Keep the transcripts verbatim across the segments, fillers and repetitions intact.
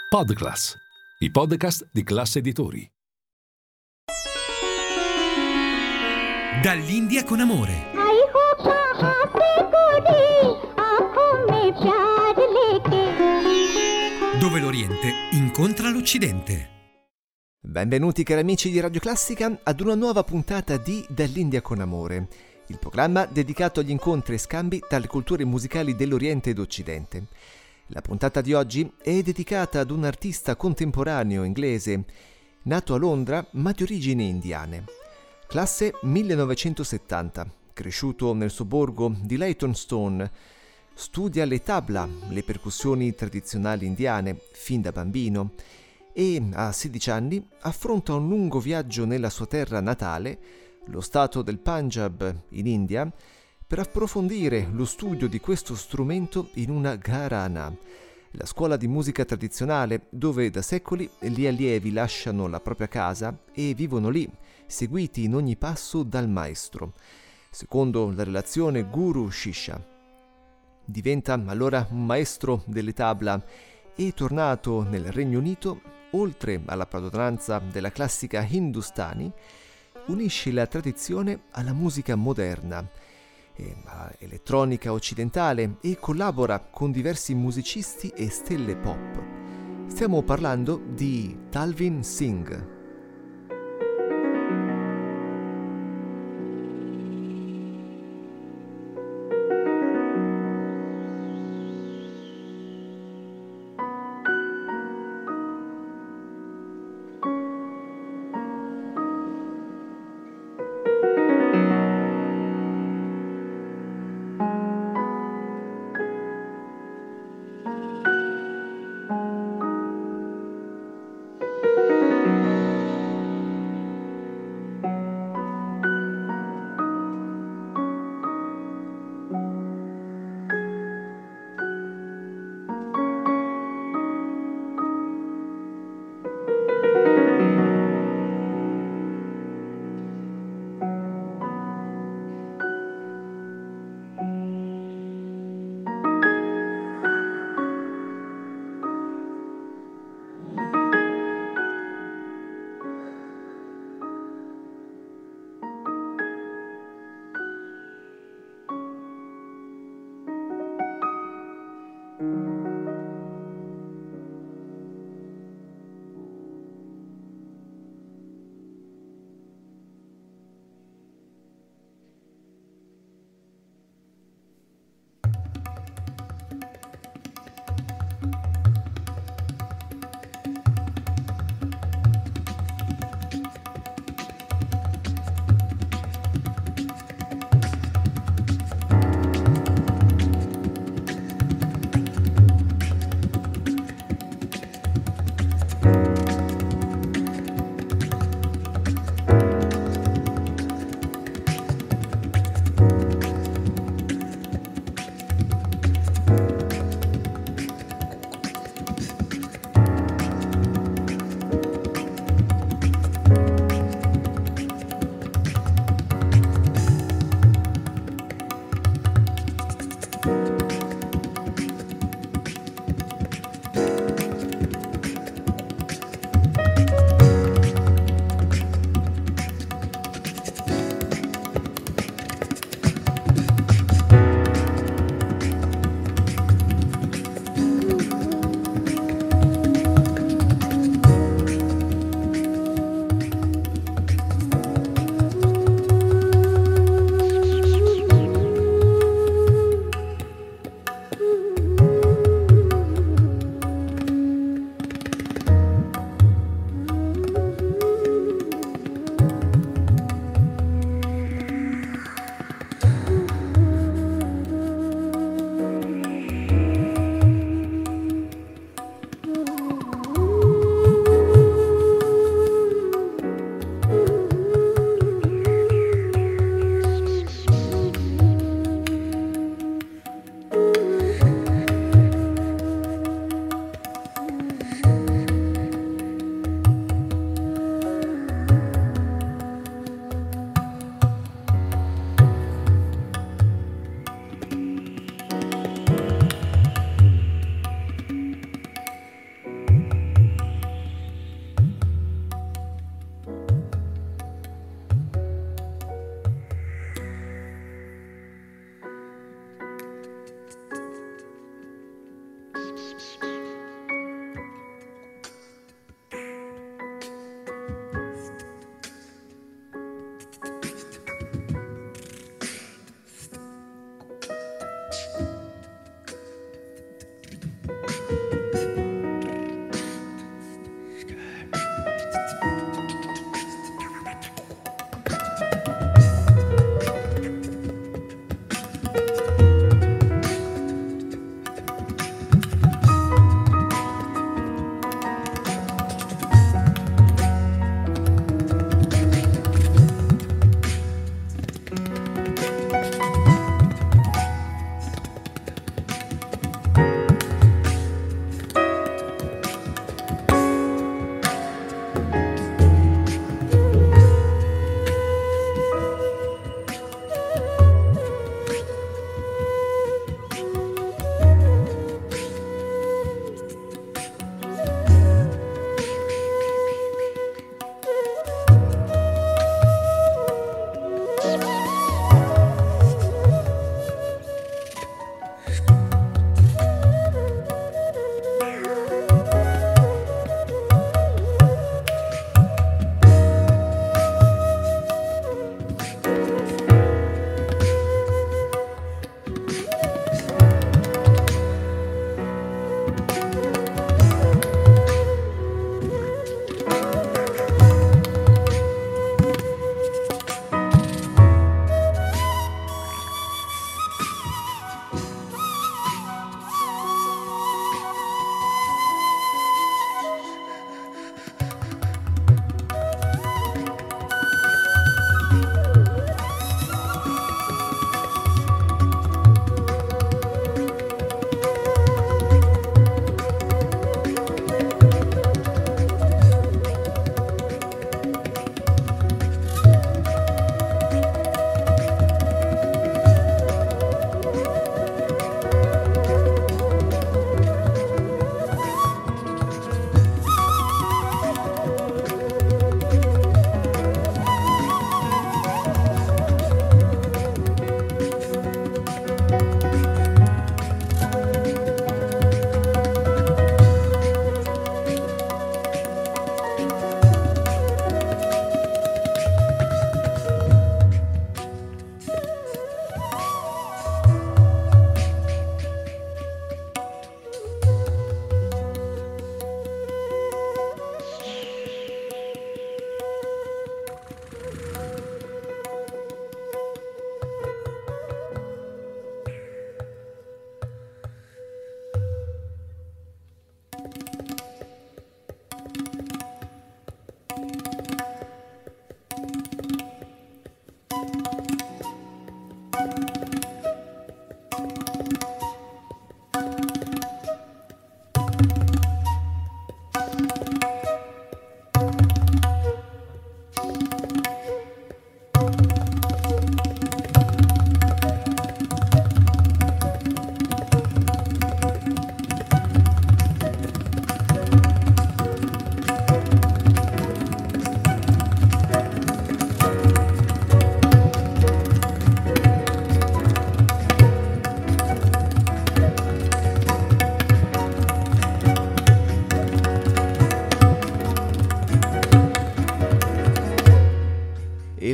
Podclass, i podcast di Class Editori. Dall'India con amore. Dove l'Oriente incontra l'Occidente. Benvenuti cari amici di Radio Classica ad una nuova puntata di Dall'India con amore, il programma dedicato agli incontri e scambi tra le culture musicali dell'Oriente ed Occidente. La puntata di oggi è dedicata ad un artista contemporaneo inglese, nato a Londra ma di origini indiane. Classe millenovecentosettanta, cresciuto nel sobborgo di Leytonstone, studia le tabla, le percussioni tradizionali indiane, fin da bambino, e a sedici anni affronta un lungo viaggio nella sua terra natale, lo stato del Punjab in India, per approfondire lo studio di questo strumento in una gharana, la scuola di musica tradizionale dove da secoli gli allievi lasciano la propria casa e vivono lì, seguiti in ogni passo dal maestro, secondo la relazione guru-shishya. Diventa allora un maestro delle tabla e, tornato nel Regno Unito, oltre alla padronanza della classica hindustani, unisce la tradizione alla musica moderna, elettronica occidentale, e collabora con diversi musicisti e stelle pop. Stiamo parlando di Talvin Singh.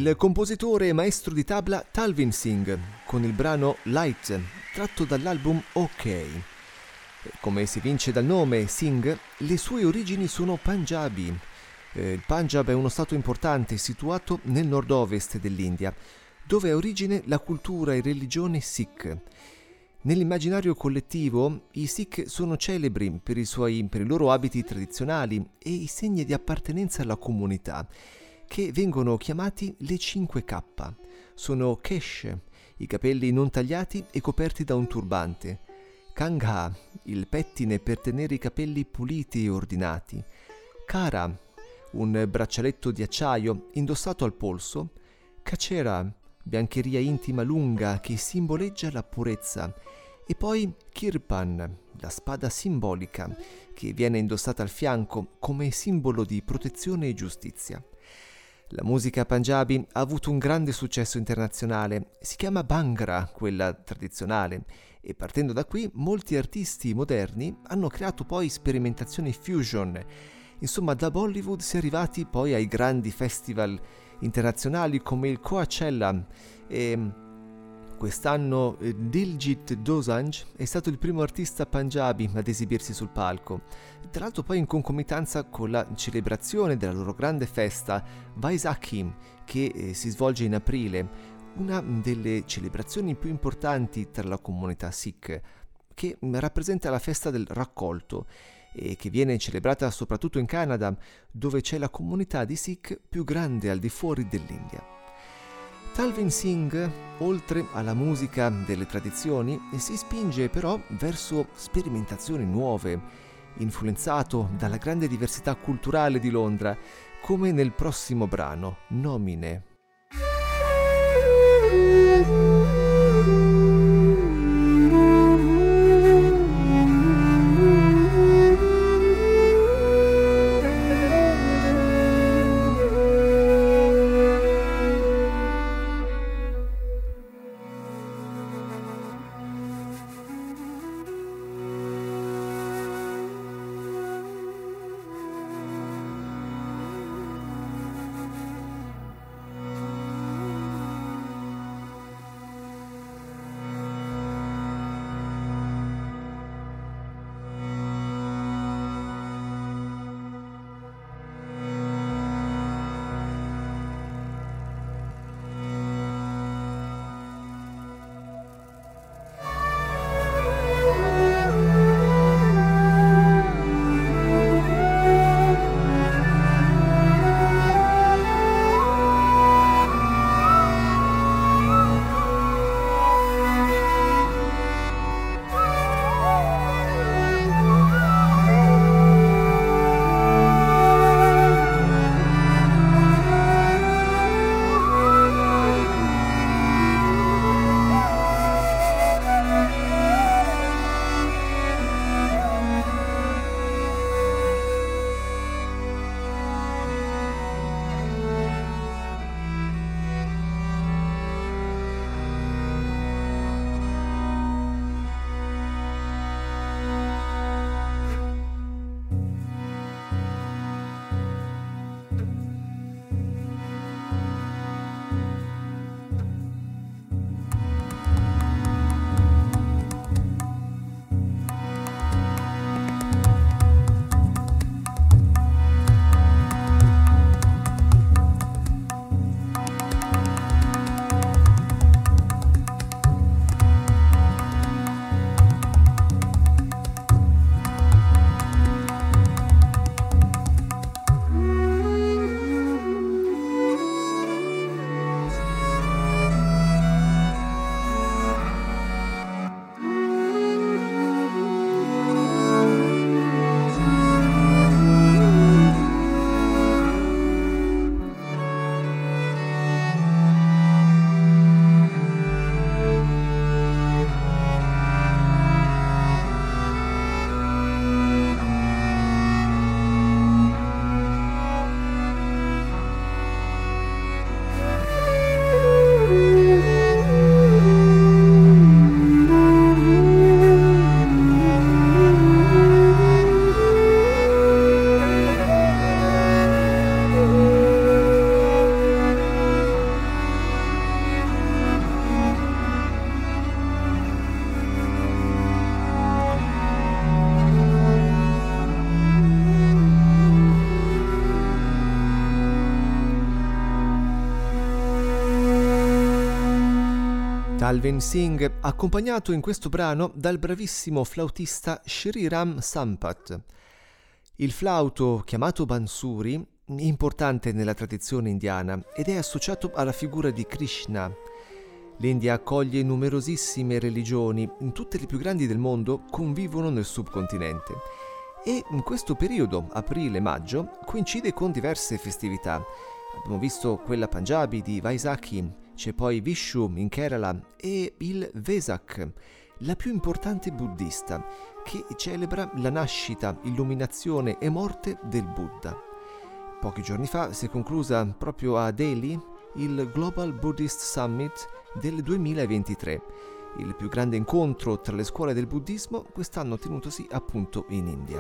il compositore e maestro di tabla Talvin Singh con il brano Light, tratto dall'album OK. Come si evince dal nome Singh, le sue origini sono Punjabi. Il Punjab è uno stato importante situato nel nord-ovest dell'India, dove ha origine la cultura e religione Sikh. Nell'immaginario collettivo, i Sikh sono celebri per i, suoi, per i loro abiti tradizionali e i segni di appartenenza alla comunità, che vengono chiamati le cinque K. Sono Kesh, i capelli non tagliati e coperti da un turbante; Kangha, il pettine per tenere i capelli puliti e ordinati; Kara, un braccialetto di acciaio indossato al polso; Kachera, biancheria intima lunga che simboleggia la purezza; e poi Kirpan, la spada simbolica che viene indossata al fianco come simbolo di protezione e giustizia. La musica punjabi ha avuto un grande successo internazionale, si chiama Bhangra, quella tradizionale, e partendo da qui molti artisti moderni hanno creato poi sperimentazioni fusion. Insomma, da Bollywood si è arrivati poi ai grandi festival internazionali come il Coachella, e quest'anno Diljit Dosanjh è stato il primo artista punjabi ad esibirsi sul palco, tra l'altro poi in concomitanza con la celebrazione della loro grande festa Vaisakhi, che eh, si svolge in aprile, una delle celebrazioni più importanti tra la comunità Sikh, che rappresenta la festa del raccolto e che viene celebrata soprattutto in Canada, dove c'è la comunità di Sikh più grande al di fuori dell'India. Talvin Singh, oltre alla musica delle tradizioni, si spinge però verso sperimentazioni nuove, influenzato dalla grande diversità culturale di Londra, come nel prossimo brano, Nomine. Talvin Singh, accompagnato in questo brano dal bravissimo flautista Sriram Sampath. Il flauto, chiamato bansuri, è importante nella tradizione indiana ed è associato alla figura di Krishna. L'India accoglie numerosissime religioni, tutte le più grandi del mondo convivono nel subcontinente e in questo periodo, aprile-maggio, coincide con diverse festività. Abbiamo visto quella Punjabi di Vaisakhi, c'è poi Vishu in Kerala e il Vesak, la più importante buddista, che celebra la nascita, illuminazione e morte del Buddha. Pochi giorni fa si è conclusa proprio a Delhi il Global Buddhist Summit del duemilaventitré, il più grande incontro tra le scuole del buddismo, quest'anno tenutosi appunto in India.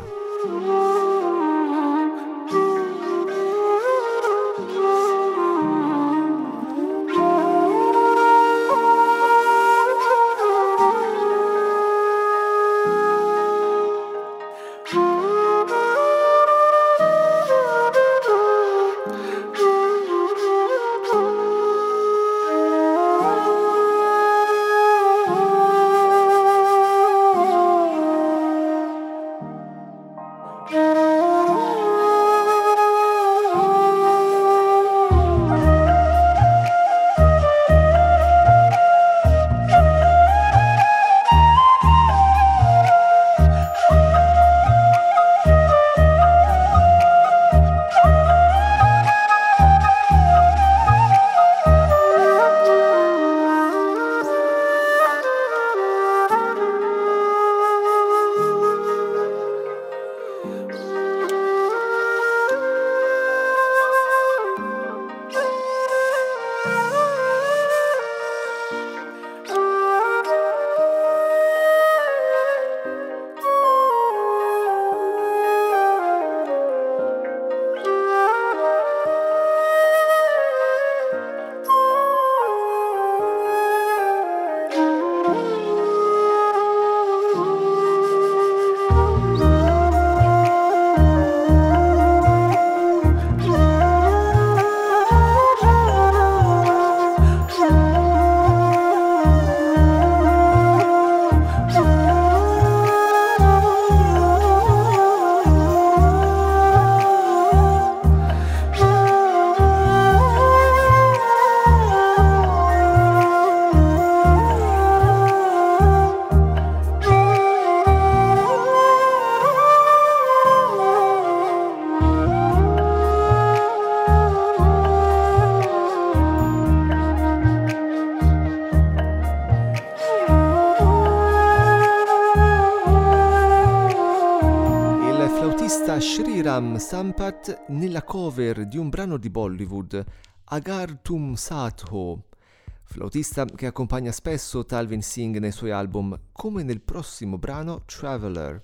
Sriram Sampath nella cover di un brano di Bollywood, Agar Tum Saath Ho, flautista che accompagna spesso Talvin Singh nei suoi album, come nel prossimo brano Traveler.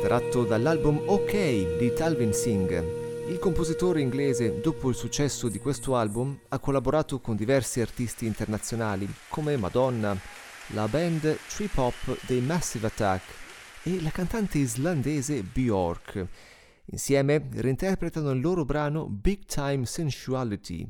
tratto dall'album OK di Talvin Singh. Il compositore inglese, dopo il successo di questo album, ha collaborato con diversi artisti internazionali come Madonna, la band trip hop dei Massive Attack e la cantante islandese Björk. Insieme reinterpretano il loro brano Big Time Sensuality.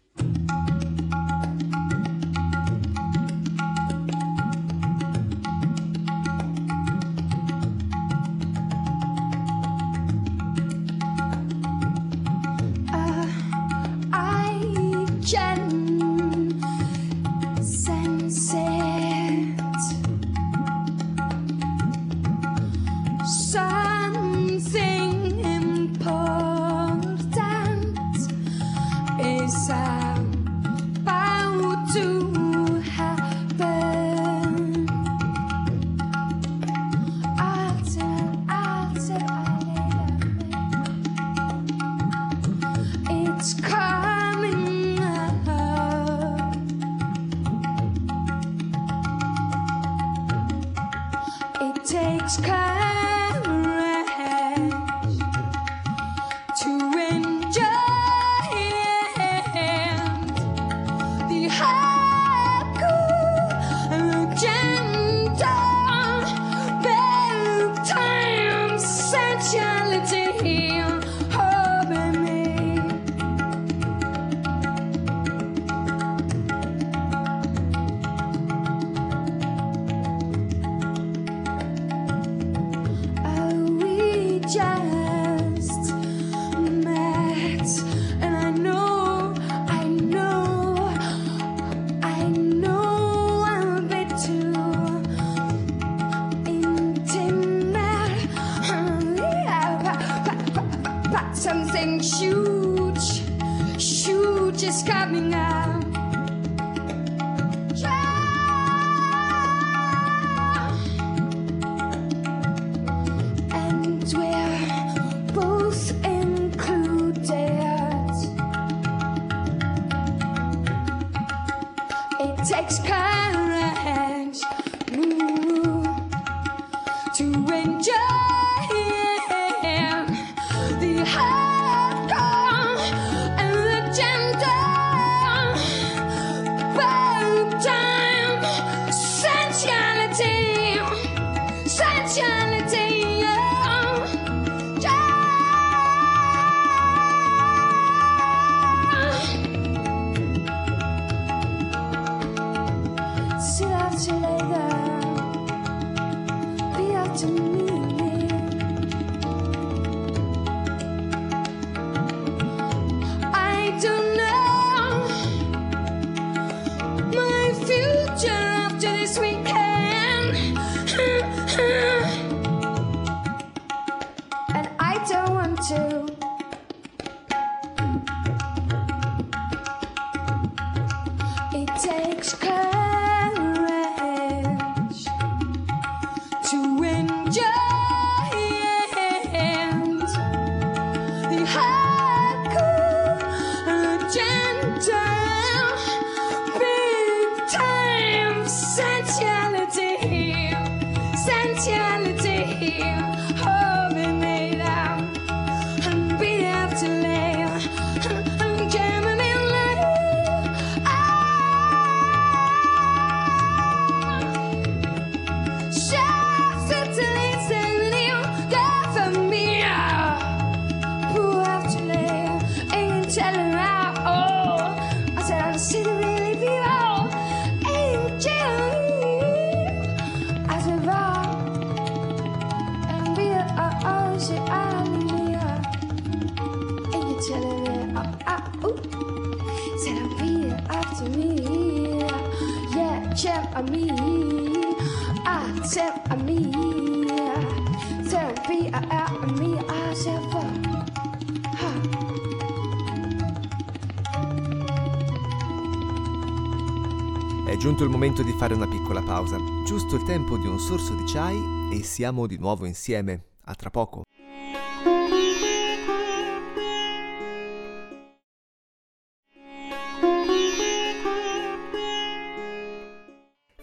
È giunto il momento di fare una piccola pausa, giusto il tempo di un sorso di chai e siamo di nuovo insieme. A tra poco.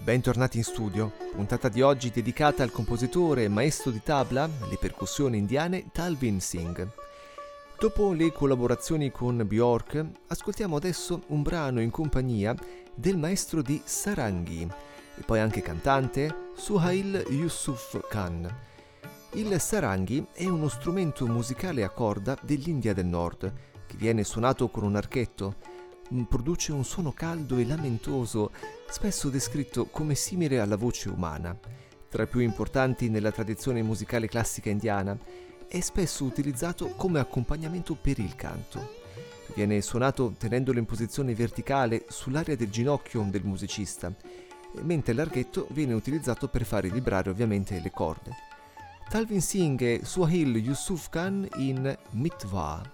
bentornati in studio. Puntata di oggi dedicata al compositore e maestro di tabla, le percussioni indiane Talvin Singh. Dopo le collaborazioni con Björk, ascoltiamo adesso un brano in compagnia del maestro di sarangi e poi anche cantante Suhail Yusuf Khan. Il sarangi è uno strumento musicale a corda dell'India del Nord che viene suonato con un archetto. Produce un suono caldo e lamentoso, spesso descritto come simile alla voce umana. Tra i più importanti nella tradizione musicale classica indiana, è spesso utilizzato come accompagnamento per il canto. Viene suonato tenendolo in posizione verticale sull'area del ginocchio del musicista, mentre l'archetto viene utilizzato per fare vibrare ovviamente le corde. Talvin Singh e Suhail Yusuf Khan in Mitwa.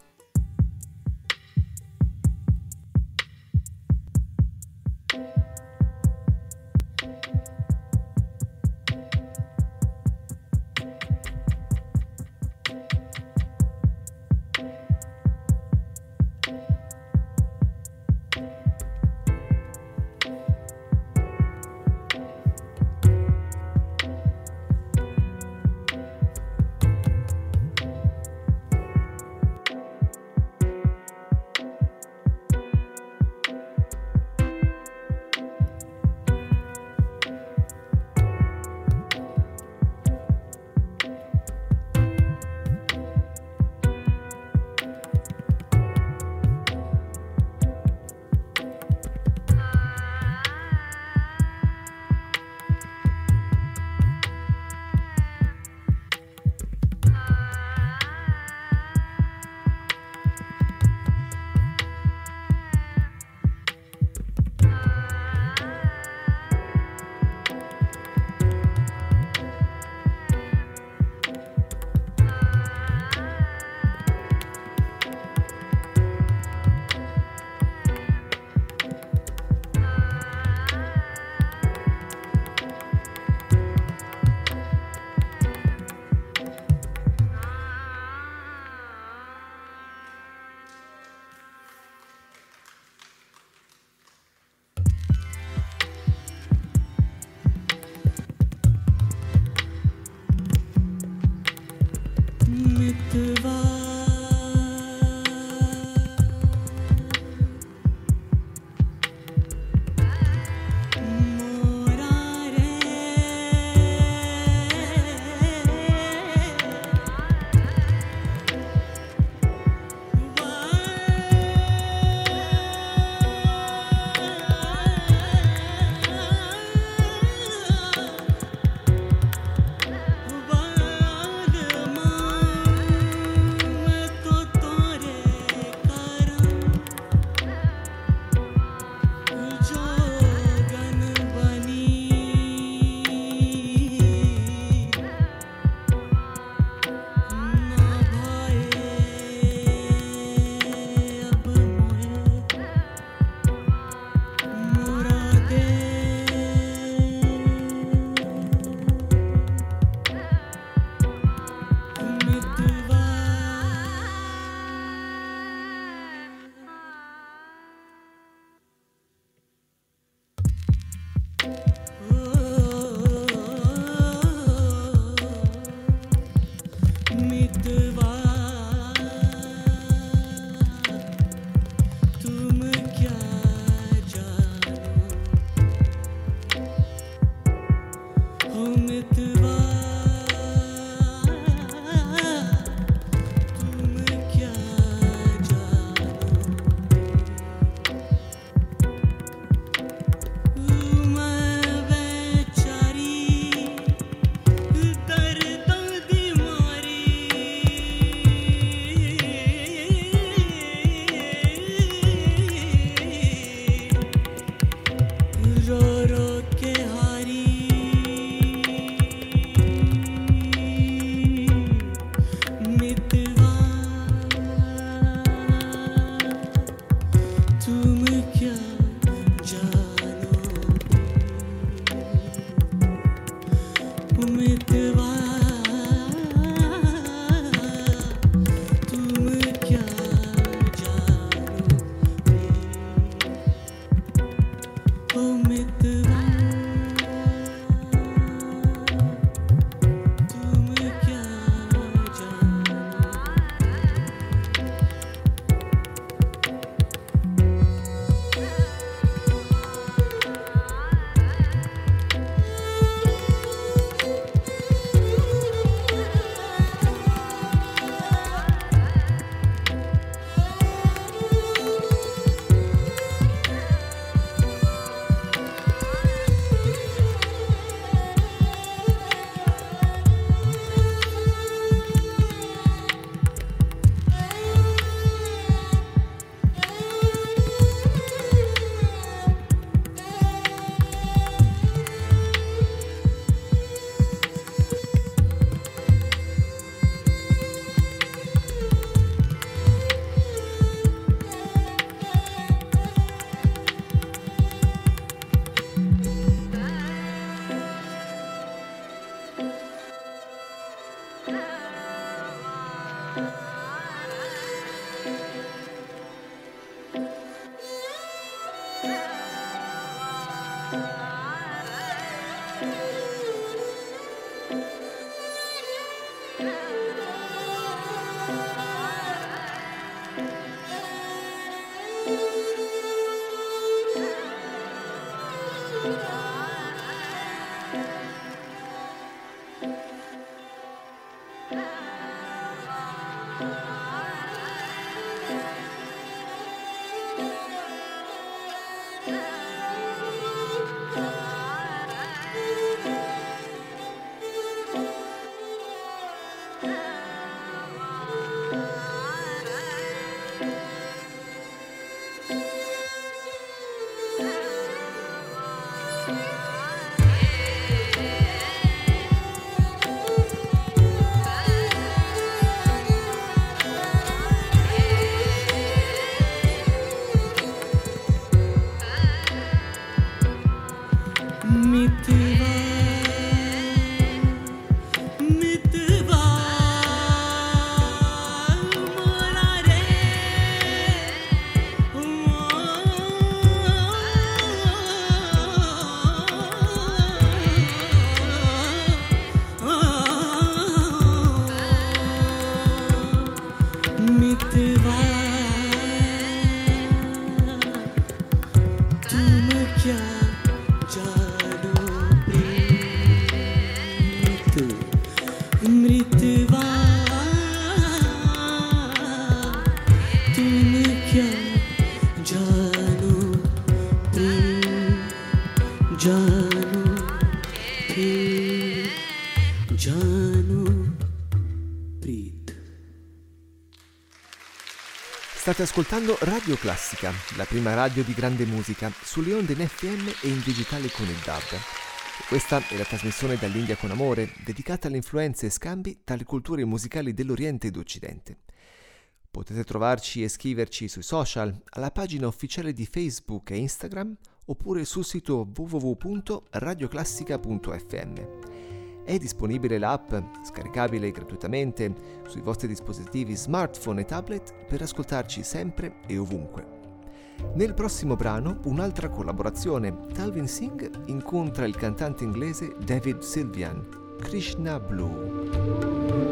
State ascoltando Radio Classica, la prima radio di grande musica, sulle onde in F M e in digitale con il D A B. E questa è la trasmissione Dall'India con Amore, dedicata alle influenze e scambi tra le culture musicali dell'Oriente e d'Occidente. Potete trovarci e scriverci sui social, alla pagina ufficiale di Facebook e Instagram, oppure sul sito w w w punto radioclassica punto f m. È disponibile l'app, scaricabile gratuitamente sui vostri dispositivi smartphone e tablet per ascoltarci sempre e ovunque. Nel prossimo brano un'altra collaborazione. Talvin Singh incontra il cantante inglese David Sylvian, Krishna Blue.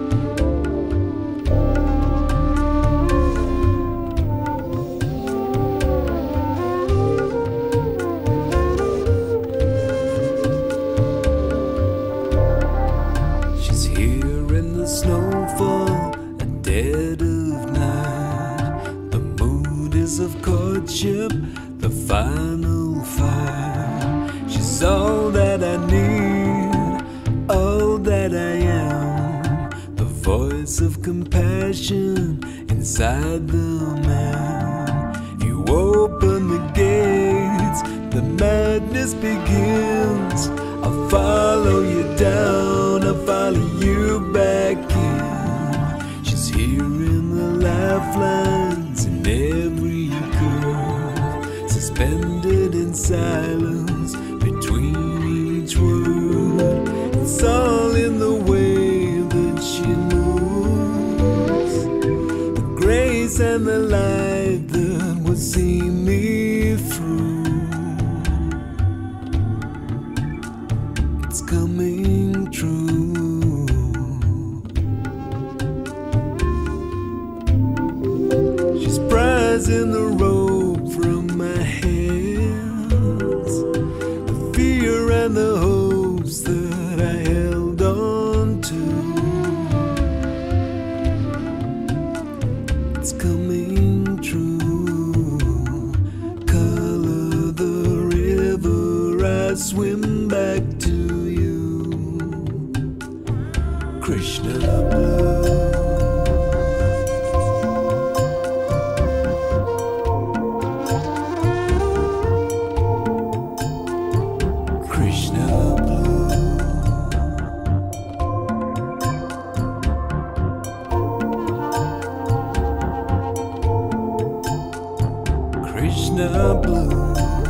The final fight. She's all that I need, all that I am. The voice of compassion inside the man. You open the gates, the madness begins. I'll follow you down, I'll follow you back in. She's here in the lifelines in every curve, suspended in silence between each word. It's all in the way that she moves, the grace and the light that will see me through. It's coming true. She's prizing the rope from my hands, the fear and the hopes that I held on to. It's coming true. Color the river I swim back to you, Krishna Blue. Krishna Blue.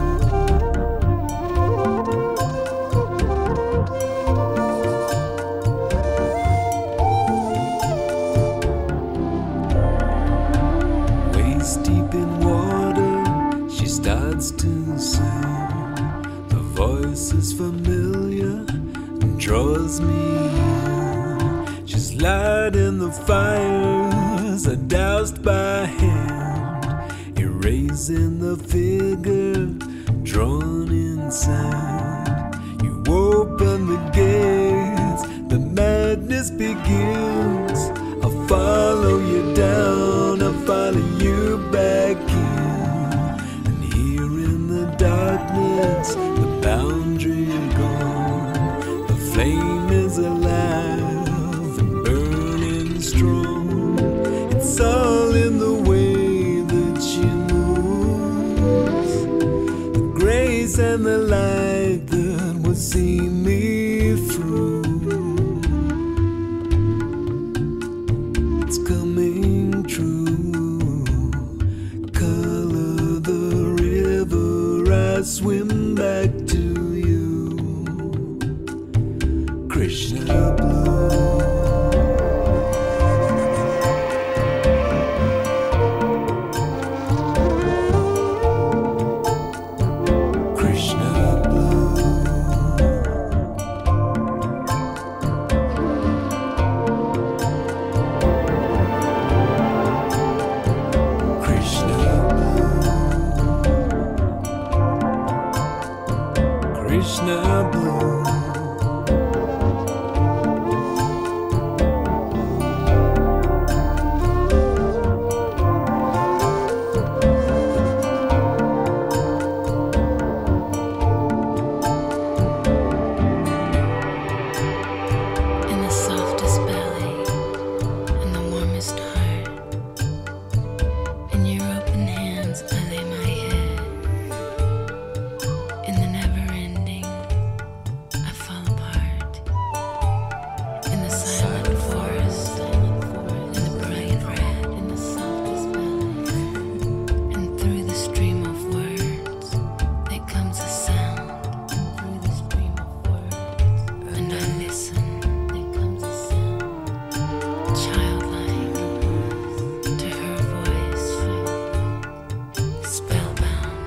Waist deep in water, she starts to sing. The voice is familiar and draws me in. She's lighting the fires are doused by hand, erasing the figure drawn inside. You open the gates, the madness begins. I'll follow you down, I'll follow you back in. And here in the darkness, the boundary gone, the flame is alive and burning strong. It's all in the way that she moves, the grace and the light that will see me through. It's coming true. Color the river I swim back to you, Krishna blue. Krishna blue. In the softest belly and the warmest heart, in your open hands I lay my head. In the never ending, I fall apart. In the silent forest, in the brilliant red, in the softest belly, and through the stream of words, there comes a sound. And through the stream of words, and I listen. There comes a sound, childlike, to her voice, spellbound.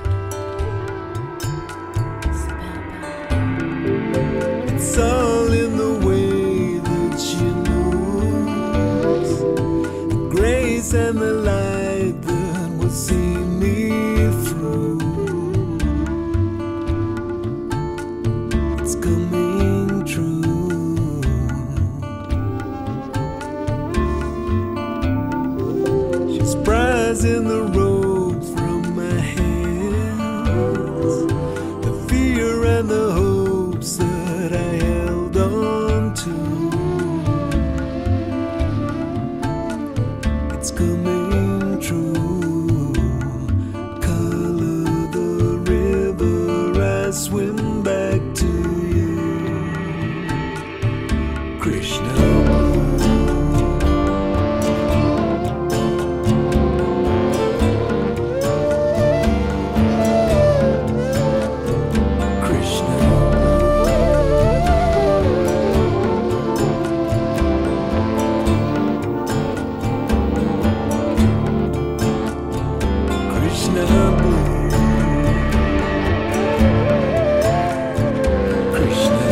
It's all in the way that she moves, the grace and the light that will see me through. It's coming true. She's prizing the rope from my hands, the fear and the hopes that I held on to. It's coming true. Color the river, I swim back to you. Krishna blue. Krishna Krishna blue. Krishna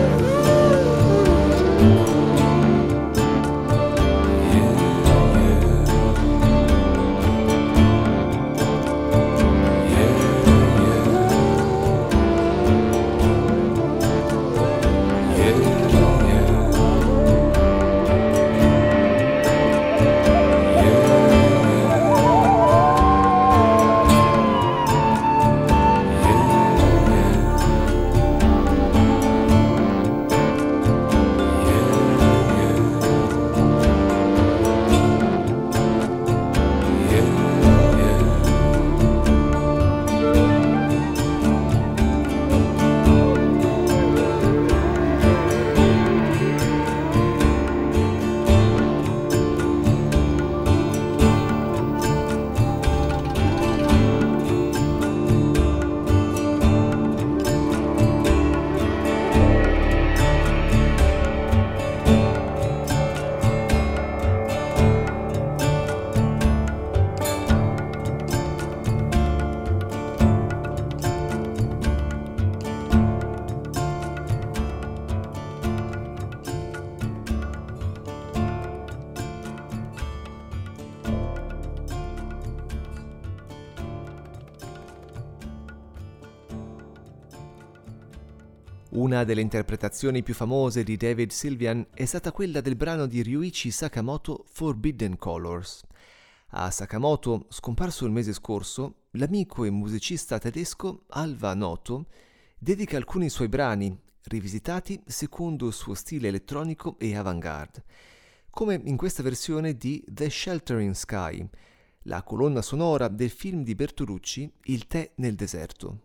Una delle interpretazioni più famose di David Sylvian è stata quella del brano di Ryuichi Sakamoto Forbidden Colors. A Sakamoto, scomparso il mese scorso, l'amico e musicista tedesco Alva Noto dedica alcuni suoi brani, rivisitati secondo il suo stile elettronico e avant-garde, come in questa versione di The Sheltering Sky, la colonna sonora del film di Bertolucci Il tè nel deserto.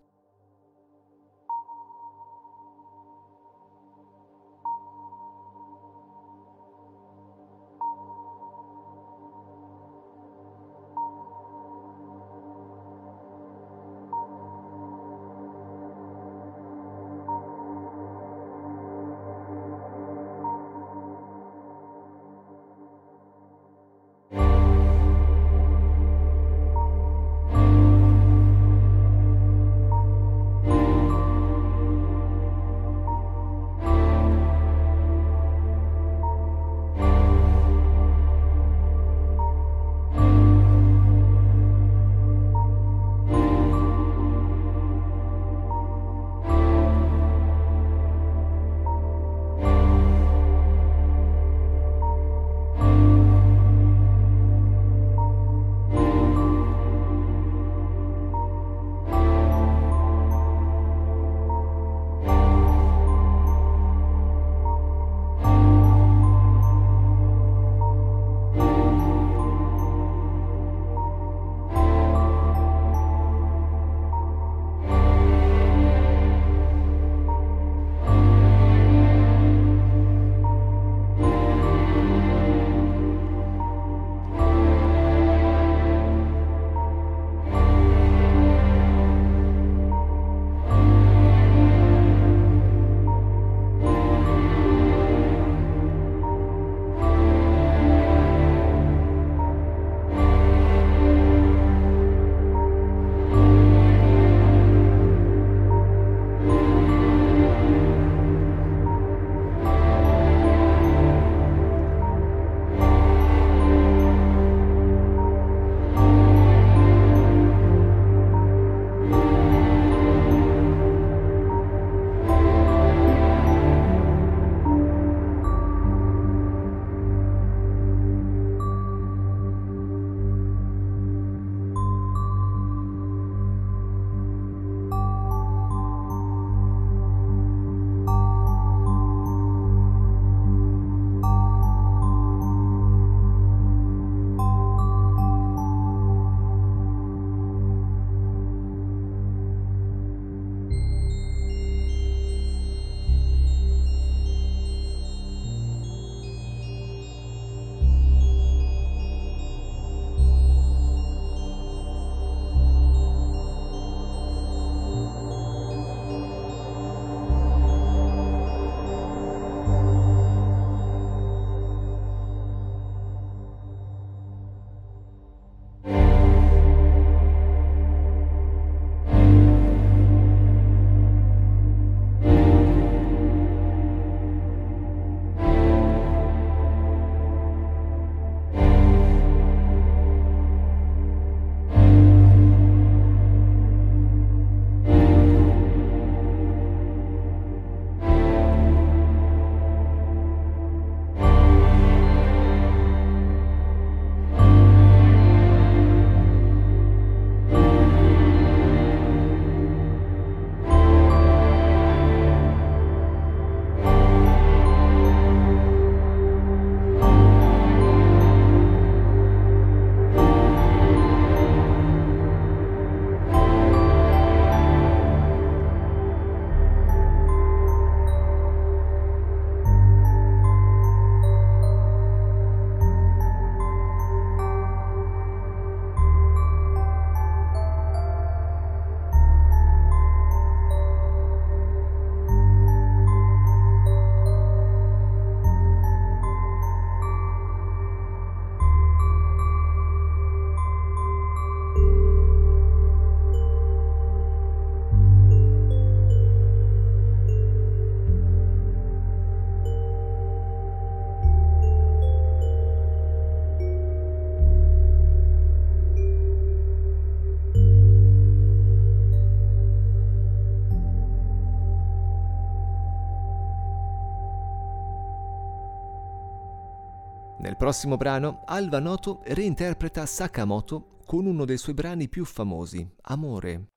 Nel prossimo brano, Alva Noto reinterpreta Sakamoto con uno dei suoi brani più famosi, Amore.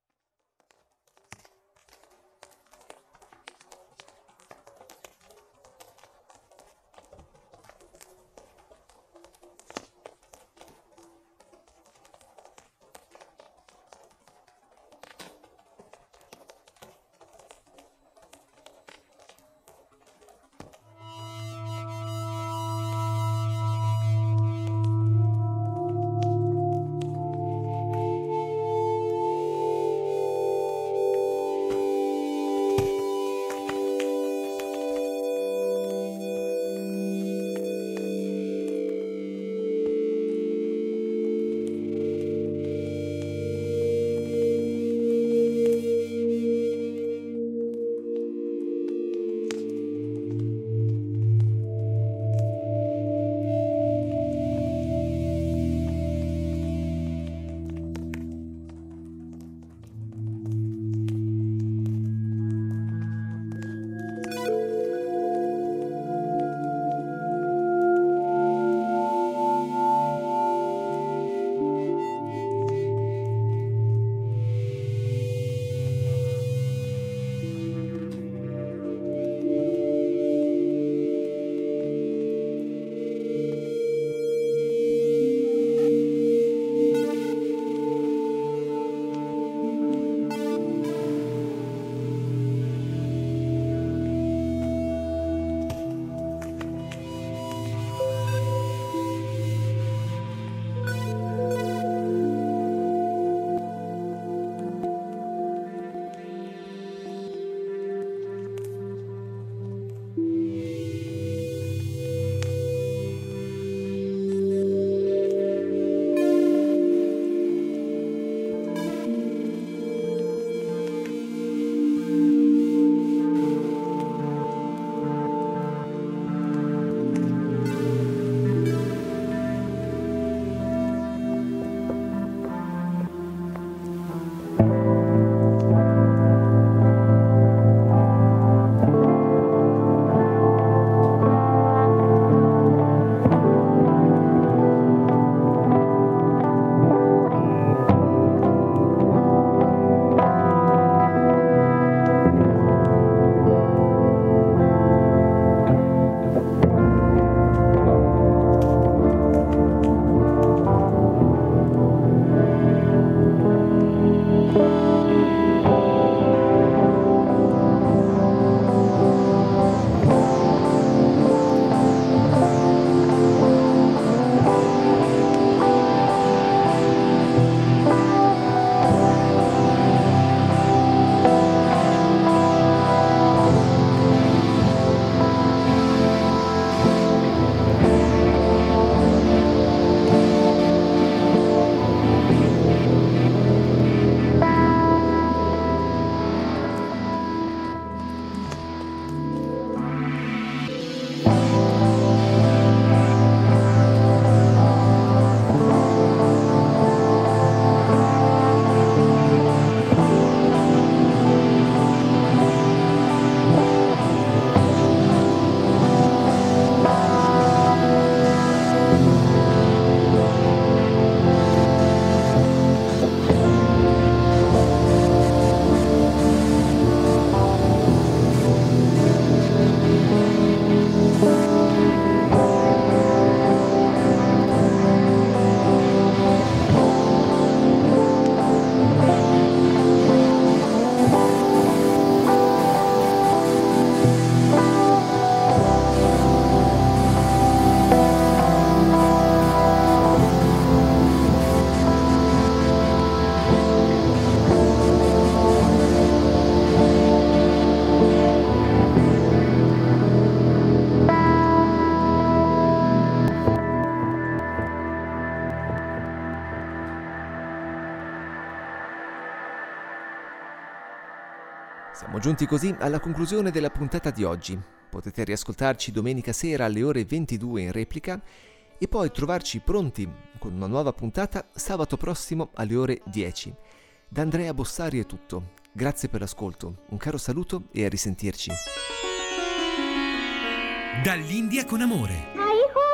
Siamo giunti così alla conclusione della puntata di oggi. Potete riascoltarci domenica sera alle ore ventidue in replica e poi trovarci pronti con una nuova puntata sabato prossimo alle ore dieci. Da Andrea Bossari è tutto. Grazie per l'ascolto, un caro saluto e a risentirci. Dall'India con amore. Ai,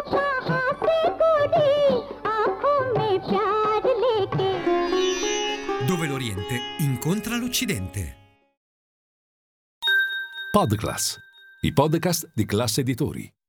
Dove l'Oriente incontra l'Occidente. Podclass, i podcast di Classe Editori.